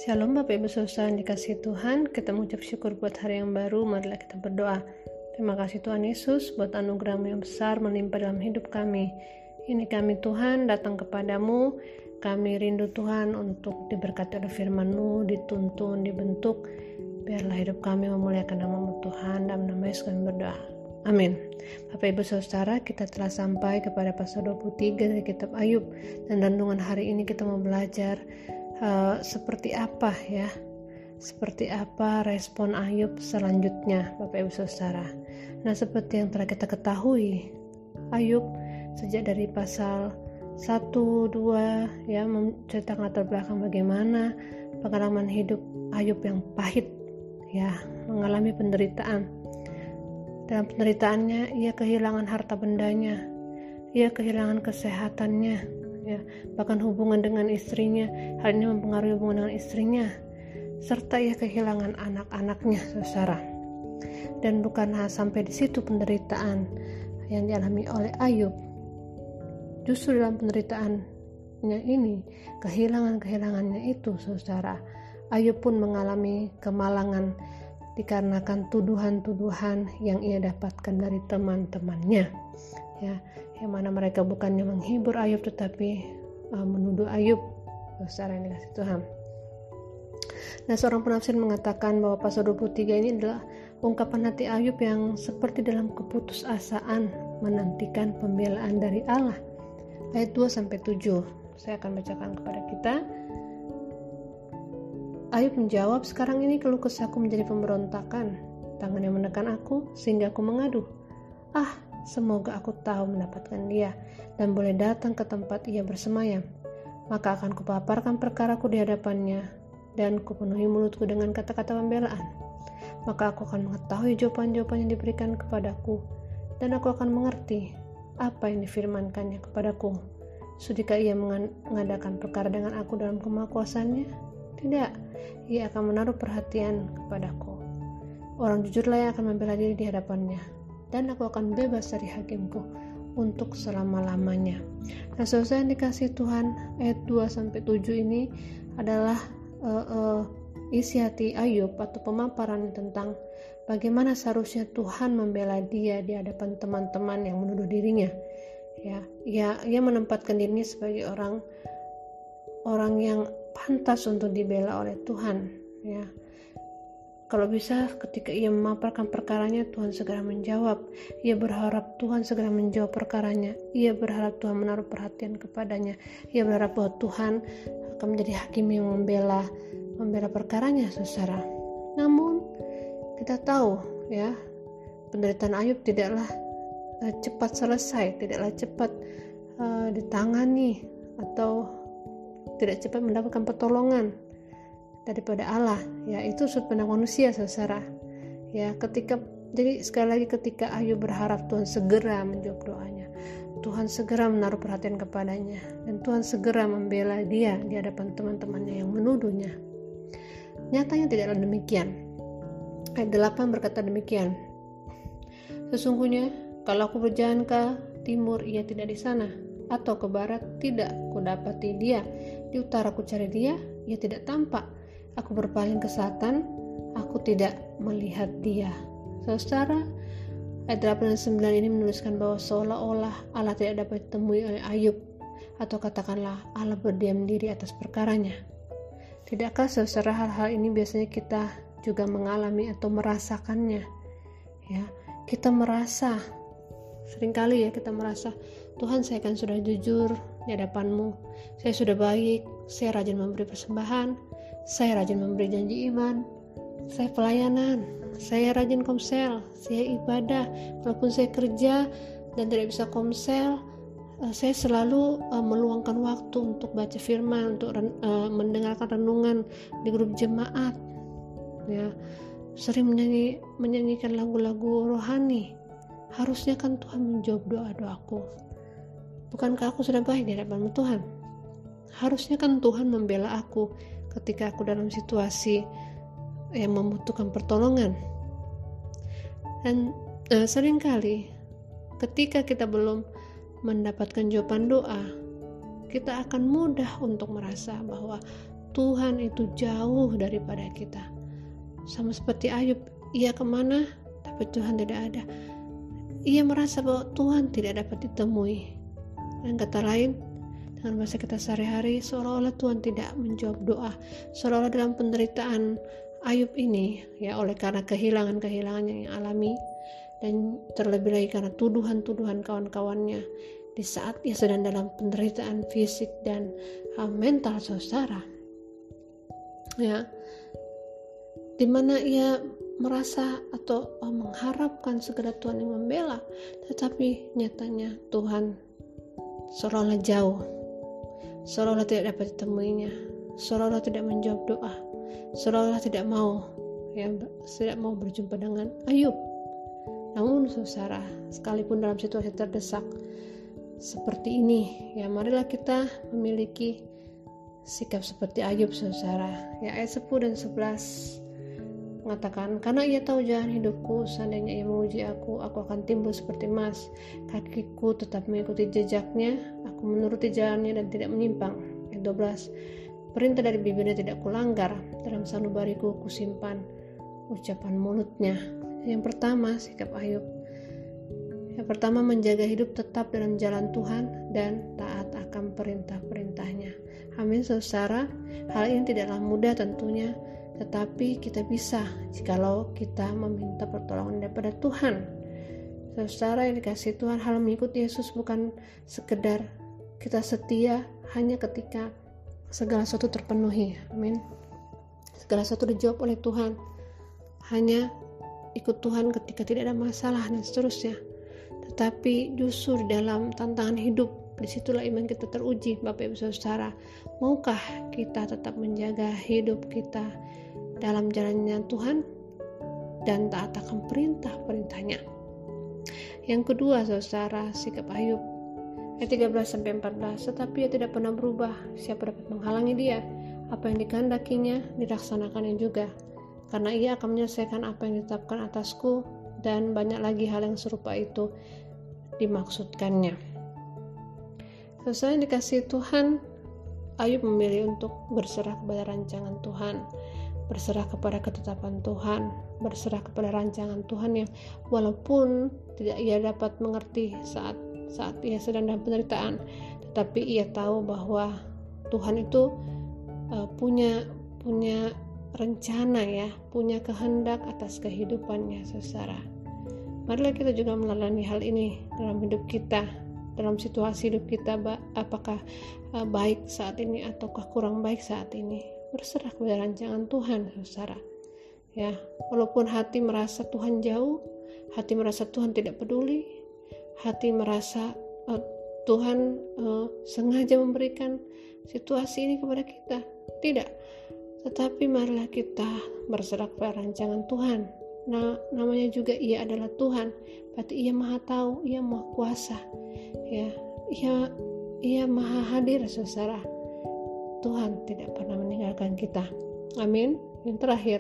Shalom Bapak Ibu Saudara yang dikasihi Tuhan, kita mengucap syukur buat hari yang baru. Marilah kita berdoa. Terima kasih Tuhan Yesus buat anugerah-Mu yang besar melimpah dalam hidup kami. Ini kami Tuhan datang kepadamu. Kami rindu Tuhan untuk diberkati oleh firman-Mu, dituntun, dibentuk. Biarlah hidup kami memuliakan nama-Mu Tuhan. Dalam nama Yesus kami berdoa. Amin. Bapak Ibu Saudara, kita telah sampai kepada pasal 23 dari kitab Ayub. Dan renungan hari ini kita mau belajar seperti apa respon Ayub selanjutnya, Bapak Ibu Saudara. Nah, seperti yang telah kita ketahui, Ayub sejak dari pasal 1, 2 menceritakan latar belakang bagaimana pengalaman hidup Ayub yang pahit, mengalami penderitaan. Dalam penderitaannya ia kehilangan harta bendanya, ia kehilangan kesehatannya, bahkan hubungan dengan istrinya. Hal ini mempengaruhi hubungan dengan istrinya, serta ia kehilangan anak-anaknya, saudara. Dan bukan sampai di situ penderitaan yang dialami oleh Ayub. Justru dalam penderitaannya ini, kehilangannya itu, saudara, Ayub pun mengalami kemalangan dikarenakan tuduhan-tuduhan yang ia dapatkan dari teman-temannya, yang mana mereka bukannya menghibur Ayub tetapi menuduh Ayub, saudara yang dikasihi Tuhan. Nah, seorang penafsir mengatakan bahwa pasal 23 ini adalah ungkapan hati Ayub yang seperti dalam keputusasaan menantikan pembelaan dari Allah. Ayat 2-7 saya akan bacakan kepada kita. Ayub menjawab, "Sekarang ini keluh kesahku menjadi pemberontakan, tangan yang menekan aku sehingga aku mengadu. Semoga aku tahu mendapatkan dia dan boleh datang ke tempat ia bersemayam. Maka akan kupaparkan perkaraku di hadapannya dan kupenuhi mulutku dengan kata-kata pembelaan. Maka aku akan mengetahui jawaban-jawaban yang diberikan kepadaku dan aku akan mengerti apa yang difirmankannya kepadaku. Sudikah ia mengadakan perkara dengan aku dalam kemahakuasaannya? Tidak, ia akan menaruh perhatian kepadaku. Orang jujurlah yang akan membela diri di hadapannya, dan aku akan bebas dari hakimku untuk selama-lamanya." Nah, saudara yang dikasihi Tuhan, ayat 2-7 ini adalah isi hati Ayub atau pemaparan tentang bagaimana seharusnya Tuhan membela dia di hadapan teman-teman yang menuduh dirinya. Ia menempatkan dirinya sebagai orang yang pantas untuk dibela oleh Tuhan. Kalau bisa ketika ia memaparkan perkaranya, Tuhan segera menjawab. Ia berharap Tuhan segera menjawab perkaranya. Ia berharap Tuhan menaruh perhatian kepadanya. Ia berharap bahwa Tuhan akan menjadi hakim yang membela perkaranya, saudara. Namun kita tahu, penderitaan Ayub tidaklah cepat selesai, tidaklah cepat ditangani atau tidak cepat mendapatkan pertolongan daripada Allah. Itu sudut pandang manusia, saudara. Jadi sekali lagi, ketika Ayub berharap Tuhan segera menjawab doanya, Tuhan segera menaruh perhatian kepadanya, dan Tuhan segera membela dia di hadapan teman-temannya yang menuduhnya. Nyatanya tidaklah demikian. Ayat 8 berkata demikian, "Sesungguhnya kalau aku berjalan ke timur, ia tidak di sana, atau ke barat, tidak kudapati dia. Di utara ku cari dia, ia tidak tampak. Aku berpaling ke selatan, aku tidak melihat dia." Saudara, ayat 8 dan 9 ini menuliskan bahwa seolah-olah Allah tidak dapat ditemui oleh Ayub, atau katakanlah Allah berdiam diri atas perkaranya. Tidakkah saudara, hal-hal ini biasanya kita juga mengalami atau merasakannya? Kita merasa, seringkali kita merasa, Tuhan, saya kan sudah jujur di hadapan-Mu, saya sudah baik, saya rajin memberi persembahan, saya rajin memberi janji iman, saya pelayanan, saya rajin komsel, saya ibadah, walaupun saya kerja dan tidak bisa komsel, saya selalu meluangkan waktu untuk baca firman, untuk mendengarkan renungan di grup jemaat, sering menyanyikan lagu-lagu rohani. Harusnya kan Tuhan menjawab doa-doaku. Bukankah aku sudah baik di hadapan-Mu Tuhan? Harusnya kan Tuhan membela aku ketika aku dalam situasi yang membutuhkan pertolongan. Dan seringkali ketika kita belum mendapatkan jawaban doa, kita akan mudah untuk merasa bahwa Tuhan itu jauh daripada kita. Sama seperti Ayub, ia kemana tapi Tuhan tidak ada. Ia merasa bahwa Tuhan tidak dapat ditemui. Dan kata lain, dengan bahasa kita sehari-hari, seolah-olah Tuhan tidak menjawab doa. Seolah-olah dalam penderitaan Ayub ini, ya, oleh karena kehilangan-kehilangan yang alami, dan terlebih lagi karena tuduhan-tuduhan kawan-kawannya di saat ia sedang dalam penderitaan fisik dan mental, saudara, ya, dimana ia merasa atau mengharapkan segera Tuhan yang membela, tetapi nyatanya Tuhan seolah-olah jauh, seolah-olah tidak dapat ditemuinya, seolah-olah tidak menjawab doa, seolah-olah tidak mau berjumpa dengan Ayub. Namun saudara, sekalipun dalam situasi terdesak seperti ini, ya, marilah kita memiliki sikap seperti Ayub, saudara. Ya, ayat 10 dan 11 mengatakan, karena ia tahu jalan hidupku, seandainya ia menguji aku akan timbul seperti emas. Kakiku tetap mengikuti jejaknya, aku menuruti jalannya dan tidak menyimpang. Ayat 12, perintah dari bibirnya tidak kulanggar, dalam sanubariku kusimpan ucapan mulutnya. Yang pertama, sikap Ayub. Yang pertama, menjaga hidup tetap dalam jalan Tuhan dan taat akan perintah-perintahnya. Amin, saudara. Hal ini tidaklah mudah tentunya, tetapi kita bisa jikalau kita meminta pertolongan daripada Tuhan. Saudara yang dikasihi Tuhan, hal mengikuti Yesus bukan sekedar kita setia hanya ketika segala sesuatu terpenuhi. Amin. Segala sesuatu dijawab oleh Tuhan. Hanya ikut Tuhan ketika tidak ada masalah dan seterusnya. Tetapi justru dalam tantangan hidup, disitulah iman kita teruji, Bapak Ibu Saudara. Maukah kita tetap menjaga hidup kita dalam jalannya Tuhan dan taat akan perintah-perintahnya? Yang kedua, saudara, sikap Ayub. Ayat 13-14, tetapi ia tidak pernah berubah. Siapa dapat menghalangi dia? Apa yang dikehendakinya dilaksanakannya juga. Karena ia akan menyelesaikan apa yang ditetapkan atasku, dan banyak lagi hal yang serupa itu dimaksudkannya. Sesuai yang dikasihi Tuhan, Ayub memilih untuk berserah kepada rancangan Tuhan, berserah kepada ketetapan Tuhan, berserah kepada rancangan Tuhan yang walaupun tidak ia dapat mengerti saat ia sedang dalam penderitaan, tetapi ia tahu bahwa Tuhan itu punya rencana, ya, punya kehendak atas kehidupannya, saudara. Marilah kita juga melalui hal ini dalam hidup kita, dalam situasi hidup kita, apakah baik saat ini ataukah kurang baik saat ini. Berserah kepada rancangan Tuhan, saudara. Ya, walaupun hati merasa Tuhan jauh, hati merasa Tuhan tidak peduli, hati merasa Tuhan sengaja memberikan situasi ini kepada kita, tidak. Tetapi marilah kita berserah kepada rancangan Tuhan. Nah, namanya juga ia adalah Tuhan, berarti ia maha tahu, ia maha kuasa, ya, ia maha hadir, saudara. Tuhan tidak pernah meninggalkan kita. Amin. Yang terakhir,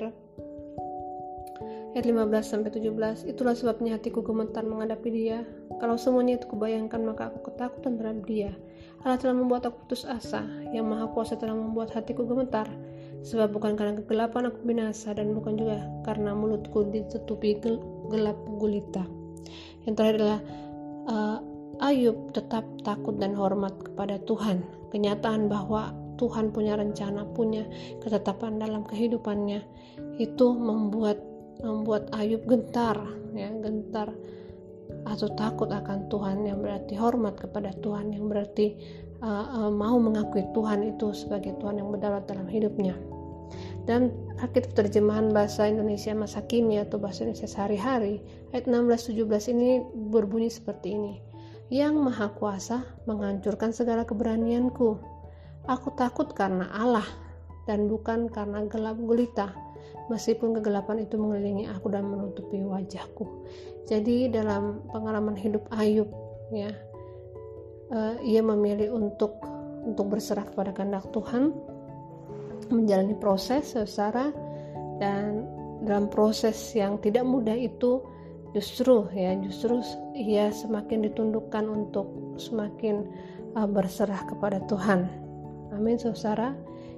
ayat 15-17, itulah sebabnya hatiku gemetar menghadapi dia. Kalau semuanya itu kubayangkan, maka aku ketakutan terhadap dia. Allah telah membuat aku putus asa, yang maha kuasa telah membuat hatiku gemetar. Sebab bukan karena kegelapan aku binasa, dan bukan juga karena mulutku ditutupi gelap gulita. Yang terakhir adalah Ayub tetap takut dan hormat kepada Tuhan. Kenyataan bahwa Tuhan punya rencana, punya ketetapan dalam kehidupannya, itu membuat Ayub gentar, ya, gentar atau takut akan Tuhan, yang berarti hormat kepada Tuhan, yang berarti mau mengakui Tuhan itu sebagai Tuhan yang berdaulat dalam hidupnya. Dan Alkitab terjemahan bahasa Indonesia masa kini atau bahasa Indonesia sehari-hari, ayat 16-17 ini berbunyi seperti ini. Yang Maha Kuasa menghancurkan segala keberanianku. Aku takut karena Allah dan bukan karena gelap gulita, meskipun kegelapan itu mengelilingi aku dan menutupi wajahku. Jadi dalam pengalaman hidup Ayub, ya, ia memilih untuk berserah kepada kehendak Tuhan, menjalani proses, saudara, dan dalam proses yang tidak mudah itu justru ia semakin ditundukkan untuk semakin berserah kepada Tuhan. Amin, saudara.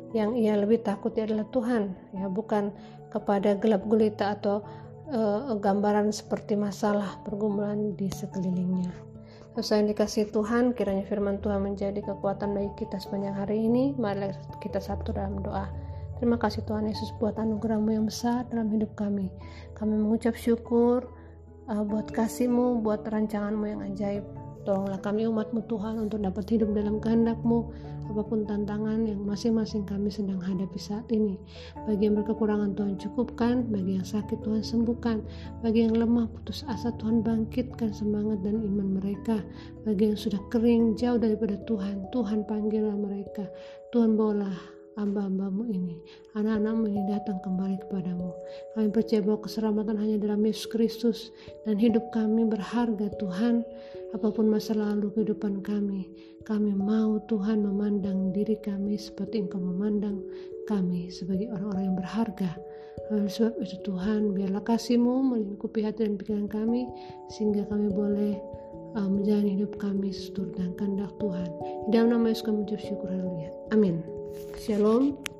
yang ia lebih takuti adalah Tuhan, ya, bukan kepada gelap gulita atau gambaran seperti masalah pergumulan di sekelilingnya. Saudara yang dikasihi Tuhan, kiranya firman Tuhan menjadi kekuatan bagi kita sepanjang hari ini. Mari kita satu dalam doa. Terima kasih Tuhan Yesus buat anugerah-Mu yang besar dalam hidup kami. Kami mengucap syukur buat kasih-Mu, buat rancangan-Mu yang ajaib. Tolonglah kami umat-Mu Tuhan untuk dapat hidup dalam kehendak-Mu, apapun tantangan yang masing-masing kami sedang hadapi saat ini. Bagi yang berkekurangan Tuhan cukupkan, bagi yang sakit Tuhan sembuhkan, bagi yang lemah putus asa Tuhan bangkitkan semangat dan iman mereka, bagi yang sudah kering jauh daripada Tuhan, Tuhan panggillah mereka. Tuhan bawalah hamba-hamba-Mu ini, anak-anak-Mu ini datang kembali kepadamu. Kami percaya bahwa keselamatan hanya dalam Yesus Kristus, dan hidup kami berharga Tuhan. Apapun masa lalu kehidupan kami mau Tuhan memandang diri kami seperti Engkau memandang kami sebagai orang-orang yang berharga. Oleh sebab itu Tuhan, biarlah kasih-Mu melingkupi hati dan pikiran kami, sehingga kami boleh menjalani hidup kami seturut dengan kehendak Tuhan. Di dalam nama Yesus kami mengucap syukur, haleluya, amin. Shalom.